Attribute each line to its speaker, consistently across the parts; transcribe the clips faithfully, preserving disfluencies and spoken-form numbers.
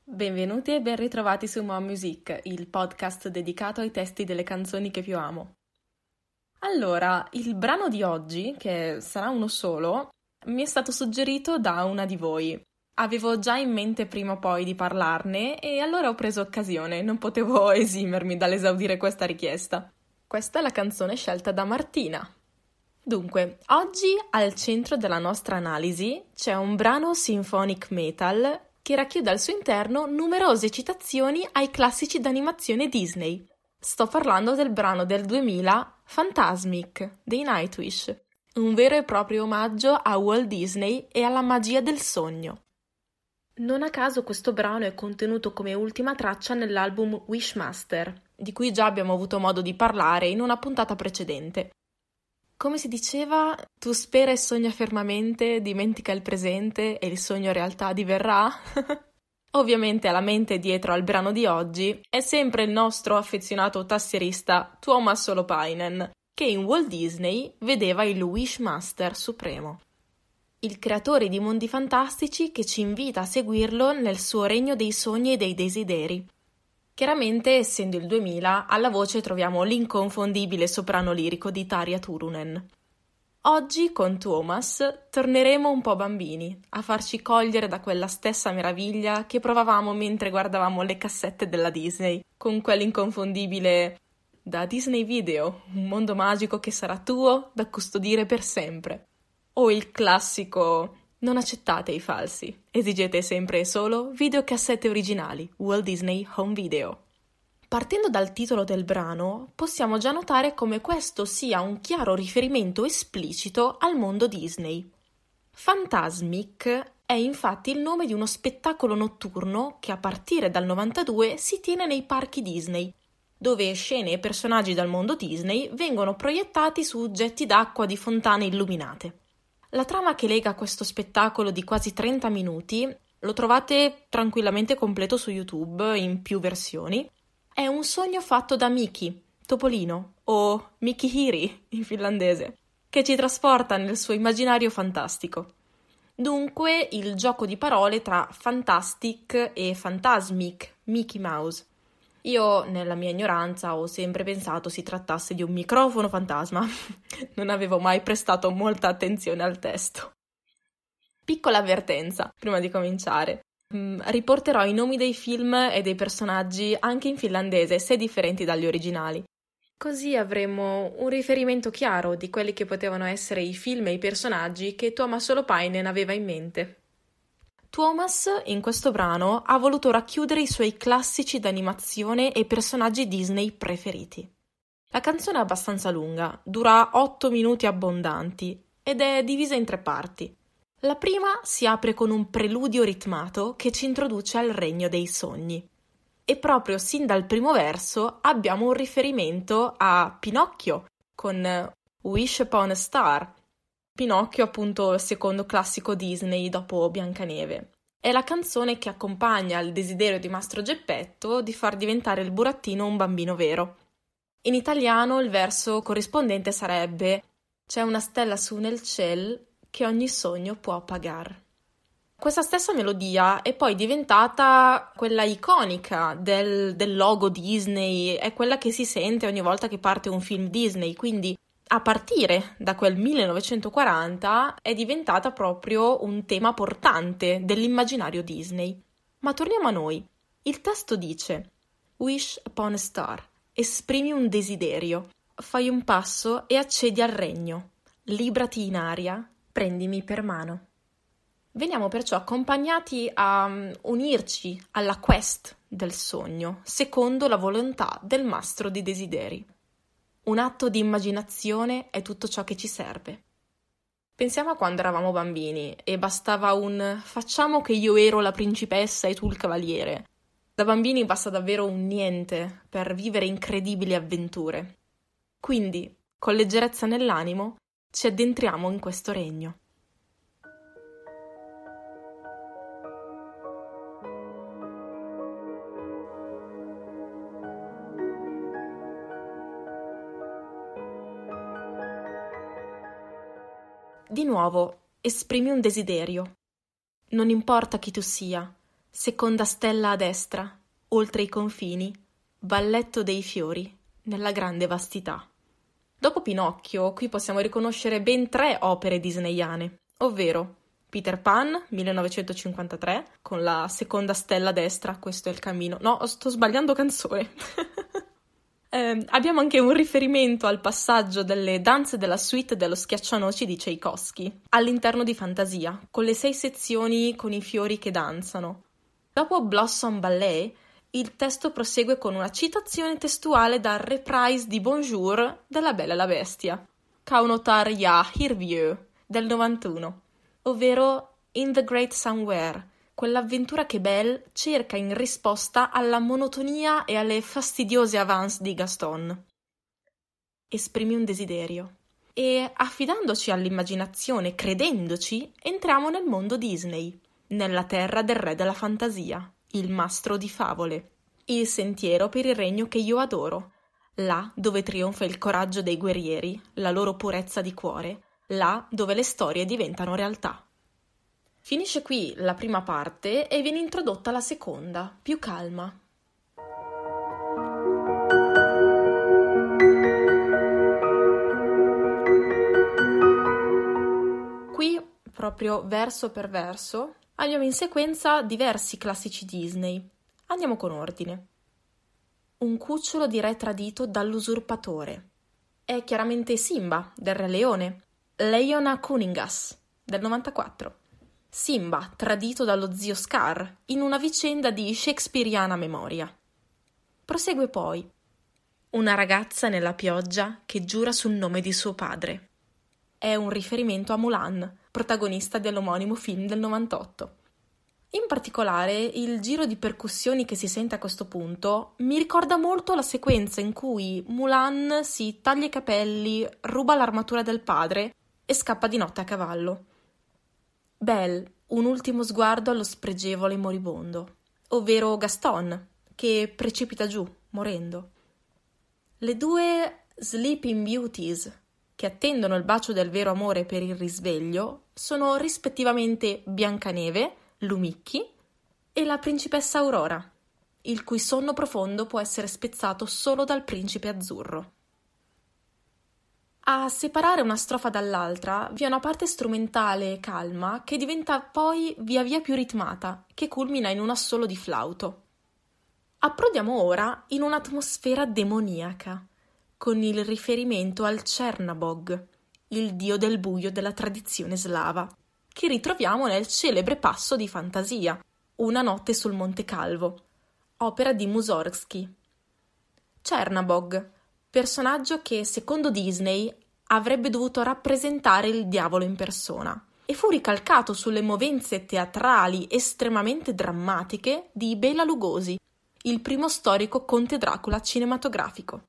Speaker 1: Benvenuti e ben ritrovati su Mom Music, il podcast dedicato ai testi delle canzoni che più amo. Allora, il brano di oggi, che sarà uno solo, mi è stato suggerito da una di voi. Avevo già in mente prima o poi di parlarne e allora ho preso occasione, non potevo esimermi dall'esaudire questa richiesta. Questa è la canzone scelta da Martina. Dunque, oggi al centro della nostra analisi c'è un brano symphonic metal che racchiude al suo interno numerose citazioni ai classici d'animazione Disney. Sto parlando del brano del duemila Fantasmic dei Nightwish, un vero e proprio omaggio a Walt Disney e alla magia del sogno. Non a caso questo brano è contenuto come ultima traccia nell'album Wishmaster, di cui già abbiamo avuto modo di parlare in una puntata precedente. Come si diceva, tu spera e sogna fermamente, dimentica il presente e il sogno realtà diverrà? Ovviamente alla mente dietro al brano di oggi è sempre il nostro affezionato tastierista Tuomas Holopainen, che in Walt Disney vedeva il Wishmaster supremo. Il creatore di mondi fantastici che ci invita a seguirlo nel suo regno dei sogni e dei desideri. Chiaramente, essendo il duemila, alla voce troviamo l'inconfondibile soprano lirico di Tarja Turunen. Oggi, con Tuomas, torneremo un po' bambini, a farci cogliere da quella stessa meraviglia che provavamo mentre guardavamo le cassette della Disney, con quell'inconfondibile "Da Disney Video, un mondo magico che sarà tuo da custodire per sempre", o il classico "Non accettate i falsi, esigete sempre e solo videocassette originali, Walt Disney Home Video". Partendo dal titolo del brano, possiamo già notare come questo sia un chiaro riferimento esplicito al mondo Disney. Fantasmic è infatti il nome di uno spettacolo notturno che a partire dal novantadue si tiene nei parchi Disney, dove scene e personaggi dal mondo Disney vengono proiettati su getti d'acqua di fontane illuminate. La trama che lega questo spettacolo di quasi trenta minuti, lo trovate tranquillamente completo su YouTube in più versioni, è un sogno fatto da Mickey, Topolino, o Mikihiri in finlandese, che ci trasporta nel suo immaginario fantastico. Dunque il gioco di parole tra Fantastic e Fantasmic, Mickey Mouse. Io, nella mia ignoranza, ho sempre pensato si trattasse di un microfono fantasma. Non avevo mai prestato molta attenzione al testo. Piccola avvertenza, prima di cominciare. Mm, riporterò i nomi dei film e dei personaggi anche in finlandese, se differenti dagli originali. Così avremo un riferimento chiaro di quelli che potevano essere i film e i personaggi che Tuomas Holopainen aveva in mente. Tuomas, in questo brano, ha voluto racchiudere i suoi classici d'animazione e personaggi Disney preferiti. La canzone è abbastanza lunga, dura otto minuti abbondanti ed è divisa in tre parti. La prima si apre con un preludio ritmato che ci introduce al regno dei sogni. E proprio sin dal primo verso abbiamo un riferimento a Pinocchio con Wish Upon a Star. Pinocchio, appunto, il secondo classico Disney dopo Biancaneve. È la canzone che accompagna il desiderio di Mastro Geppetto di far diventare il burattino un bambino vero. In italiano il verso corrispondente sarebbe "C'è una stella su nel ciel che ogni sogno può appagar". Questa stessa melodia è poi diventata quella iconica del, del logo Disney, è quella che si sente ogni volta che parte un film Disney, quindi a partire da quel millenovecentoquaranta è diventata proprio un tema portante dell'immaginario Disney. Ma torniamo a noi. Il testo dice: "Wish upon a star, esprimi un desiderio, fai un passo e accedi al regno, librati in aria, prendimi per mano". Veniamo perciò accompagnati a um, unirci alla quest del sogno, secondo la volontà del mastro di desideri. Un atto di immaginazione è tutto ciò che ci serve. Pensiamo a quando eravamo bambini e bastava un "facciamo che io ero la principessa e tu il cavaliere". Da bambini basta davvero un niente per vivere incredibili avventure. Quindi, con leggerezza nell'animo, ci addentriamo in questo regno. Di nuovo, esprimi un desiderio. Non importa chi tu sia, seconda stella a destra, oltre i confini, balletto dei fiori, nella grande vastità. Dopo Pinocchio, qui possiamo riconoscere ben tre opere disneyane, ovvero Peter Pan, millenovecentocinquantatré, con la seconda stella a destra, questo è il cammino. No, sto sbagliando canzone. eh, abbiamo anche un riferimento al passaggio delle danze della suite dello Schiaccianoci di Tchaikovsky, all'interno di Fantasia, con le sei sezioni con i fiori che danzano. Dopo Blossom Ballet, il testo prosegue con una citazione testuale dal reprise di Bonjour della Bella e la Bestia, Kaunotar Ya Hirvieu, del novantuno, ovvero In the Great Somewhere, quell'avventura che Belle cerca in risposta alla monotonia e alle fastidiose avance di Gaston. Esprimi un desiderio. E affidandoci all'immaginazione, credendoci, entriamo nel mondo Disney, nella terra del re della fantasia, il mastro di favole, il sentiero per il regno che io adoro, là dove trionfa il coraggio dei guerrieri, la loro purezza di cuore, là dove le storie diventano realtà. Finisce qui la prima parte e viene introdotta la seconda, più calma. Qui, proprio verso per verso, abbiamo in sequenza diversi classici Disney. Andiamo con ordine. Un cucciolo di re tradito dall'usurpatore. È chiaramente Simba, del Re Leone. Leona Cunninghas, del novantaquattro. Simba, tradito dallo zio Scar, in una vicenda di shakespeariana memoria. Prosegue poi. Una ragazza nella pioggia che giura sul nome di suo padre. È un riferimento a Mulan, protagonista dell'omonimo film del novantotto. In particolare, il giro di percussioni che si sente a questo punto mi ricorda molto la sequenza in cui Mulan si taglia i capelli, ruba l'armatura del padre e scappa di notte a cavallo. Belle, un ultimo sguardo allo spregevole moribondo, ovvero Gaston, che precipita giù, morendo. Le due Sleeping Beauties, che attendono il bacio del vero amore per il risveglio, sono rispettivamente Biancaneve, Lumicchi e la principessa Aurora, il cui sonno profondo può essere spezzato solo dal principe azzurro. A separare una strofa dall'altra vi è una parte strumentale calma che diventa poi via via più ritmata, che culmina in un assolo di flauto. Approdiamo ora in un'atmosfera demoniaca, con il riferimento al Cernabog, il dio del buio della tradizione slava, che ritroviamo nel celebre passo di Fantasia, Una notte sul Monte Calvo, opera di Mussorgsky. Cernabog, personaggio che, secondo Disney, avrebbe dovuto rappresentare il diavolo in persona, e fu ricalcato sulle movenze teatrali estremamente drammatiche di Bela Lugosi, il primo storico conte Dracula cinematografico.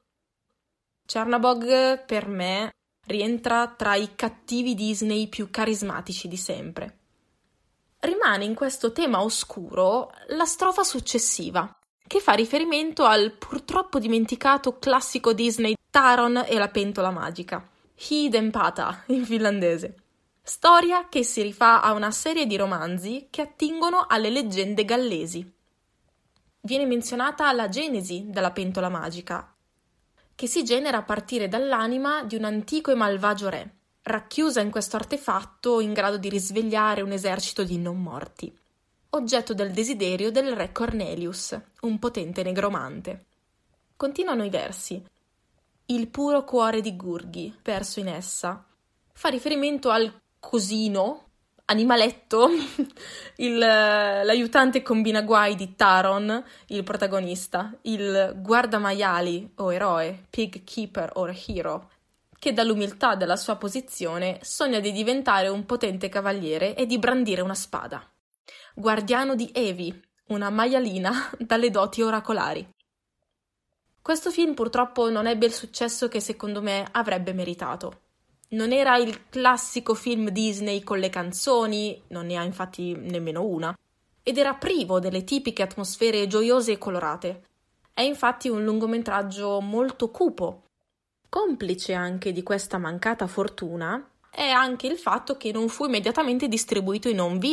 Speaker 1: Cernabog, per me, rientra tra i cattivi Disney più carismatici di sempre. Rimane in questo tema oscuro la strofa successiva, che fa riferimento al purtroppo dimenticato classico Disney Taron e la pentola magica, Hiden Pata in finlandese. Storia che si rifà a una serie di romanzi che attingono alle leggende gallesi. Viene menzionata la genesi della pentola magica, che si genera a partire dall'anima di un antico e malvagio re, racchiusa in questo artefatto in grado di risvegliare un esercito di non morti, oggetto del desiderio del re Cornelius, un potente negromante. Continuano i versi. Il puro cuore di Gurgi, perso in essa, fa riferimento al cosino, animaletto, il, l'aiutante combinaguai di Taron, il protagonista, il guardamaiali o eroe, pig keeper or hero, che dall'umiltà della sua posizione sogna di diventare un potente cavaliere e di brandire una spada. Guardiano di Evi, una maialina dalle doti oracolari. Questo film purtroppo non ebbe il successo che secondo me avrebbe meritato. Non era il classico film Disney con le canzoni, non ne ha infatti nemmeno una, ed era privo delle tipiche atmosfere gioiose e colorate. È infatti un lungometraggio molto cupo. Complice anche di questa mancata fortuna è anche il fatto che non fu immediatamente distribuito in home video,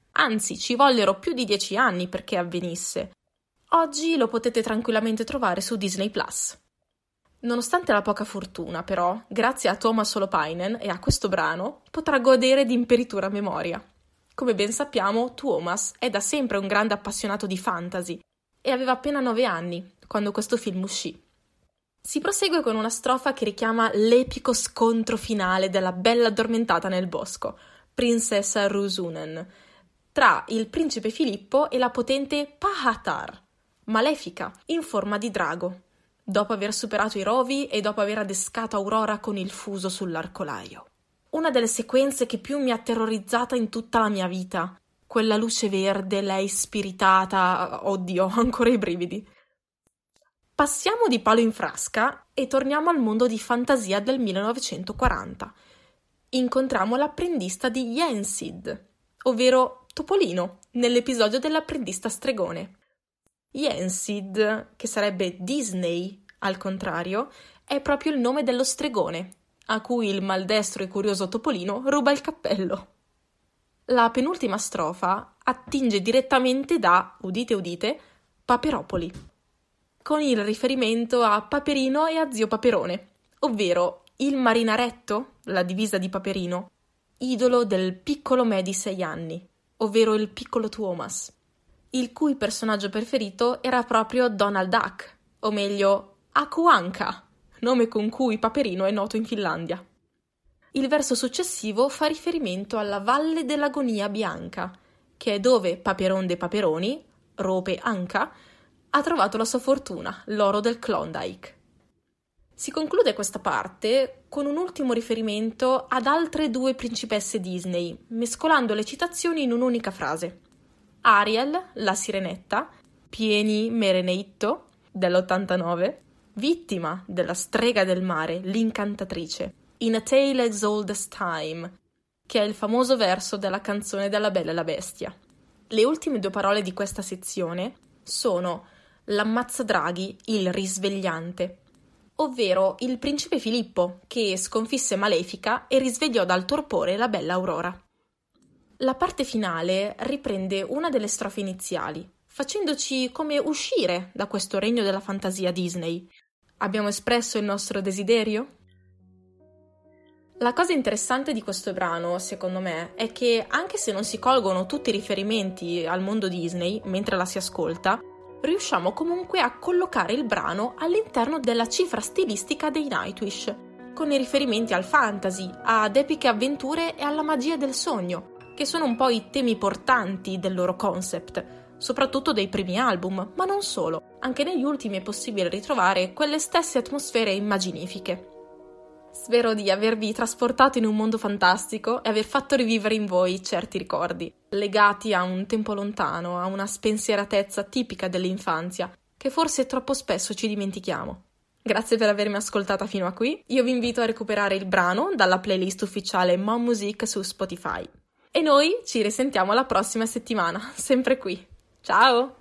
Speaker 1: Anzi, ci vollero più di dieci anni perché avvenisse. Oggi lo potete tranquillamente trovare su Disney Plus. Nonostante la poca fortuna, però, grazie a Tuomas Holopainen e a questo brano, potrà godere di imperitura memoria. Come ben sappiamo, Tuomas è da sempre un grande appassionato di fantasy e aveva appena nove anni quando questo film uscì. Si prosegue con una strofa che richiama l'epico scontro finale della Bella addormentata nel bosco, Prinsessa Rusunen, tra il principe Filippo e la potente Pahatar, malefica, in forma di drago, dopo aver superato i rovi e dopo aver adescato Aurora con il fuso sull'arcolaio. Una delle sequenze che più mi ha terrorizzata in tutta la mia vita, quella luce verde, lei spiritata, oddio, ho ancora i brividi. Passiamo di palo in frasca e torniamo al mondo di fantasia del millenovecentoquaranta. Incontriamo l'apprendista di Yensid, ovvero Topolino, nell'episodio dell'apprendista stregone. Yensid, che sarebbe Disney al contrario, è proprio il nome dello stregone, a cui il maldestro e curioso Topolino ruba il cappello. La penultima strofa attinge direttamente da, udite udite, Paperopoli, con il riferimento a Paperino e a zio Paperone, ovvero il marinaretto, la divisa di Paperino, idolo del piccolo me di sei anni, ovvero il piccolo Tuomas, il cui personaggio preferito era proprio Donald Duck, o meglio Aku Anka, nome con cui Paperino è noto in Finlandia. Il verso successivo fa riferimento alla Valle dell'Agonia Bianca, che è dove Paperon de Paperoni, Rope Anka, ha trovato la sua fortuna, l'oro del Klondike. Si conclude questa parte con un ultimo riferimento ad altre due principesse Disney, mescolando le citazioni in un'unica frase. Ariel, la sirenetta, Pieni Mereneitto, dell'ottantanove, vittima della strega del mare, l'incantatrice, In a Tale as Old as Time, che è il famoso verso della canzone della Bella e la Bestia. Le ultime due parole di questa sezione sono l'ammazzadraghi, il risvegliante, ovvero il principe Filippo che sconfisse Malefica e risvegliò dal torpore la bella Aurora. La parte finale riprende una delle strofe iniziali, facendoci come uscire da questo regno della fantasia Disney. Abbiamo espresso il nostro desiderio? La cosa interessante di questo brano, secondo me, è che anche se non si colgono tutti i riferimenti al mondo Disney mentre la si ascolta, riusciamo comunque a collocare il brano all'interno della cifra stilistica dei Nightwish, con i riferimenti al fantasy, ad epiche avventure e alla magia del sogno, che sono un po' i temi portanti del loro concept, soprattutto dei primi album, ma non solo. Anche negli ultimi è possibile ritrovare quelle stesse atmosfere immaginifiche. Spero di avervi trasportato in un mondo fantastico e aver fatto rivivere in voi certi ricordi, legati a un tempo lontano, a una spensieratezza tipica dell'infanzia, che forse troppo spesso ci dimentichiamo. Grazie per avermi ascoltata fino a qui. Io vi invito a recuperare il brano dalla playlist ufficiale Mom Music su Spotify. E noi ci risentiamo la prossima settimana, sempre qui. Ciao!